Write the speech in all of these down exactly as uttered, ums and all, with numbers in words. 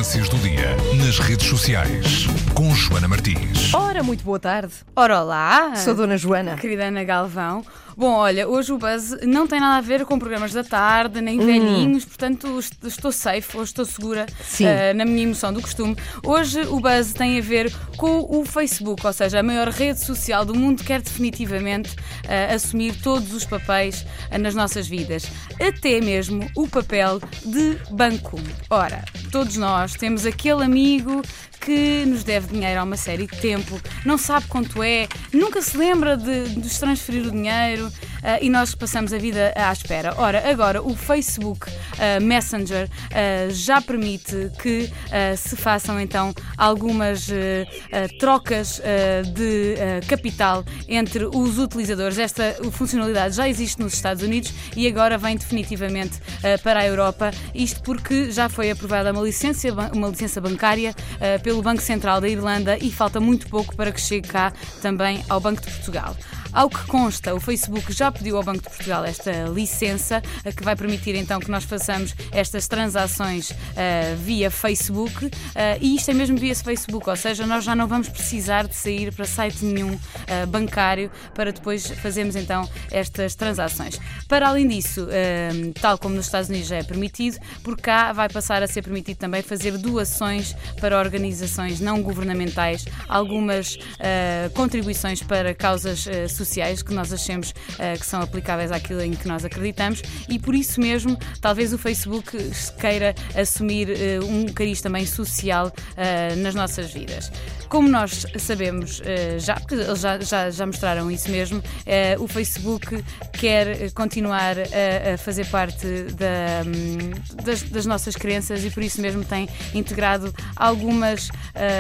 Notícias do dia nas redes sociais com Joana Martins. Ora, muito boa tarde. Ora, olá! Sou Dona Joana. Querida Ana Galvão. Bom, olha, hoje o Buzz não tem nada a ver com programas da tarde, nem velhinhos, portanto estou safe, hoje estou segura uh, na minha emoção do costume. Hoje o Buzz tem a ver com o Facebook, ou seja, a maior rede social do mundo quer definitivamente uh, assumir todos os papéis uh, nas nossas vidas, até mesmo o papel de banco. Ora, todos nós temos aquele amigo que nos deve dinheiro há uma série de tempo, não sabe quanto é, nunca se lembra de, de nos transferir o dinheiro uh, e nós passamos a vida à espera. Ora, agora o Facebook uh, Messenger uh, já permite que uh, se façam então algumas uh, uh, trocas uh, de uh, capital entre os utilizadores. Esta funcionalidade já existe nos Estados Unidos e agora vem definitivamente uh, para a Europa, isto porque já foi aprovada uma licença, uma licença bancária uh, pelo Banco Central da Irlanda e falta muito pouco para que chegue cá também ao Banco de Portugal. Ao que consta, o Facebook já pediu ao Banco de Portugal esta licença, que vai permitir então que nós façamos estas transações uh, via Facebook, uh, e isto é mesmo via Facebook, ou seja, nós já não vamos precisar de sair para site nenhum uh, bancário para depois fazermos então estas transações. Para além disso, uh, tal como nos Estados Unidos já é permitido, por cá vai passar a ser permitido também fazer doações para organizações não governamentais, algumas uh, contribuições para causas uh, sociais que nós achemos uh, que são aplicáveis àquilo em que nós acreditamos, e por isso mesmo talvez o Facebook queira assumir uh, um cariz também social uh, nas nossas vidas. Como nós sabemos uh, já, porque eles já, já, já mostraram isso mesmo, uh, o Facebook quer continuar a, a fazer parte da, um, das, das nossas crenças e por isso mesmo tem integrado algumas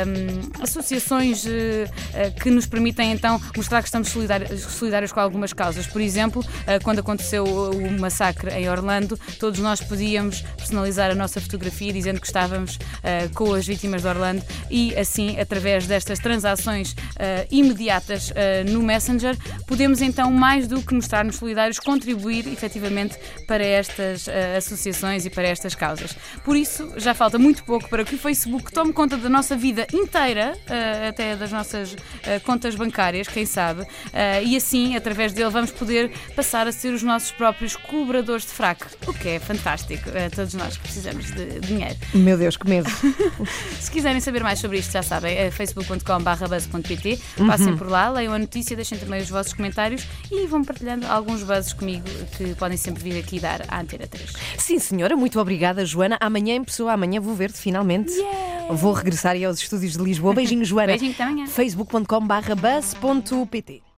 um, associações uh, uh, que nos permitem então mostrar que estamos solidários solidários com algumas causas. Por exemplo, quando aconteceu o massacre em Orlando, todos nós podíamos personalizar a nossa fotografia dizendo que estávamos uh, com as vítimas de Orlando e assim, através destas transações uh, imediatas uh, no Messenger, podemos então, mais do que mostrar-nos solidários, contribuir efetivamente para estas uh, associações e para estas causas. Por isso, já falta muito pouco para que o Facebook tome conta da nossa vida inteira, uh, até das nossas uh, contas bancárias, quem sabe, uh, e assim, através dele, vamos poder passar a ser os nossos próprios colaboradores de fraco, o que é fantástico. Uh, todos nós que precisamos de dinheiro. Meu Deus, que medo. Se quiserem saber mais sobre isto, já sabem, é facebook ponto com barra buzz ponto pt. Passem por lá, leiam a notícia, deixem também os vossos comentários e vão partilhando alguns buzzes comigo que podem sempre vir aqui dar à Antena três. Sim, senhora, muito obrigada, Joana. Amanhã em pessoa, amanhã vou ver-te finalmente. Yeah. Vou regressar aí aos estúdios de Lisboa. Beijinho, Joana. Beijinho, até amanhã. facebook ponto com barra buzz ponto pt